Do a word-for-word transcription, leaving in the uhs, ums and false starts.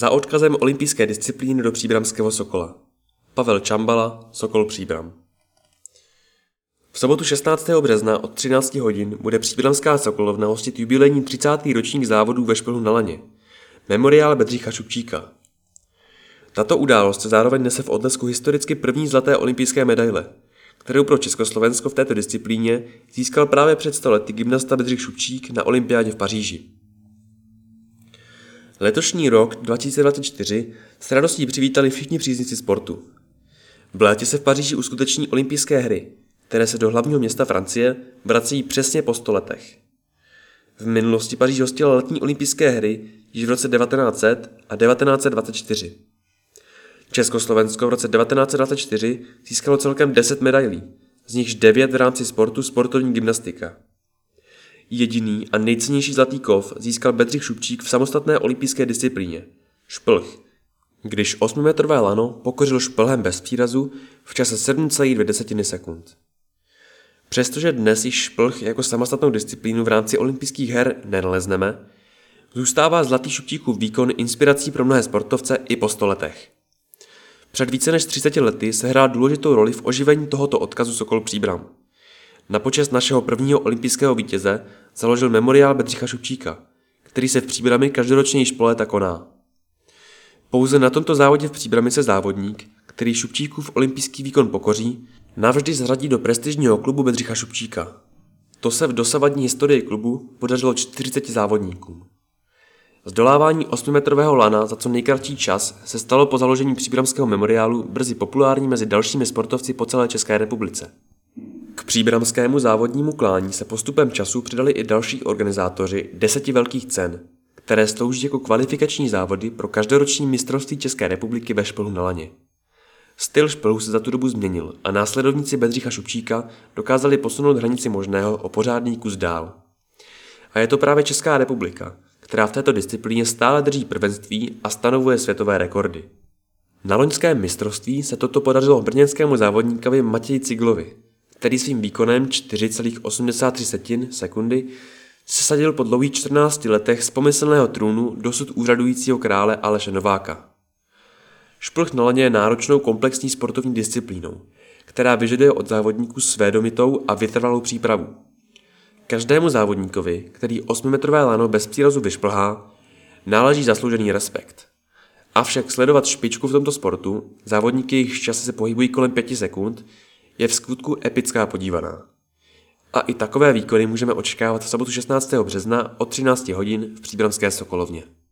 Za odkazem olympijské disciplíny do příbramského Sokola. Pavel Čambala, Sokol Příbram. V sobotu šestnáctého března od třinácti hodin bude příbramská Sokolovna hostit jubilejní třicátý ročník závodů ve Šplhu na laně. Memoriál Bedřicha Šupčíka. Tato událost se zároveň nese v odlesku historicky první zlaté olympijské medaile, kterou pro Československo v této disciplíně získal právě před sto lety gymnasta Bedřich Šupčík na olympiádě v Paříži. Letošní rok dva tisíce dvacet čtyři s radostí přivítali všichni příznivci sportu. V létě se v Paříži uskuteční olympijské hry, které se do hlavního města Francie vrací přesně po sto letech. V minulosti Paříž hostila letní olympijské hry již v roce devatenáct set a devatenáct set dvacet čtyři. Československo v roce devatenáct set dvacet čtyři získalo celkem deset medailí, z nichž devět v rámci sportu sportovní gymnastika. Jediný a nejcennější zlatý kov získal Bedřich Šupčík v samostatné olympijské disciplíně – šplh, když osmimetrové lano pokořil šplhem bez přírazu v čase sedm celá dvě sekund. Přestože dnes již šplh jako samostatnou disciplínu v rámci olympijských her nenalezneme, zůstává zlatý Šupčíkův výkon inspirací pro mnohé sportovce i po sto letech. Před více než třiceti lety sehrál důležitou roli v oživení tohoto odkazu Sokol Příbram. Na počest našeho prvního olympijského vítěze založil memoriál Bedřicha Šupčíka, který se v Příbrami každoročně již po léta koná. Pouze na tomto závodě v Příbrami se závodník, který Šupčíkův olympijský výkon pokoří, navždy zařadí do prestižního klubu Bedřicha Šupčíka. To se v dosavadní historii klubu podařilo čtyřiceti závodníkům. Zdolávání osmimetrového lana za co nejkratší čas se stalo po založení příbramského memoriálu brzy populární mezi dalšími sportovci po celé České republice. K příbramskému závodnímu klání se postupem času přidali i další organizátoři deseti velkých cen, které slouží jako kvalifikační závody pro každoroční mistrovství České republiky ve šplhu na laně. Styl šplhu se za tu dobu změnil a následovníci Bedřicha Šupčíka dokázali posunout hranici možného o pořádný kus dál. A je to právě Česká republika, která v této disciplíně stále drží prvenství a stanovuje světové rekordy. Na loňském mistrovství se toto podařilo brněnskému závodníkovi Matěji Ciglovi, který svým výkonem čtyři celá osmdesát tři sekundy sesadil po dlouhých čtrnácti letech z pomyslného trůnu dosud úřadujícího krále Aleše Nováka. Šplh na laně je náročnou komplexní sportovní disciplínou, která vyžaduje od závodníků svédomitou a vytrvalou přípravu. Každému závodníkovi, který osmimetrové lano bez přírazu vyšplhá, náleží zasloužený respekt. Avšak sledovat špičku v tomto sportu, závodníky jejichž časy se pohybují kolem pěti sekund, je v skutku epická podívaná. A i takové výkony můžeme očekávat v sobotu šestnáctého března od třinácti hodin v příbramské Sokolovně.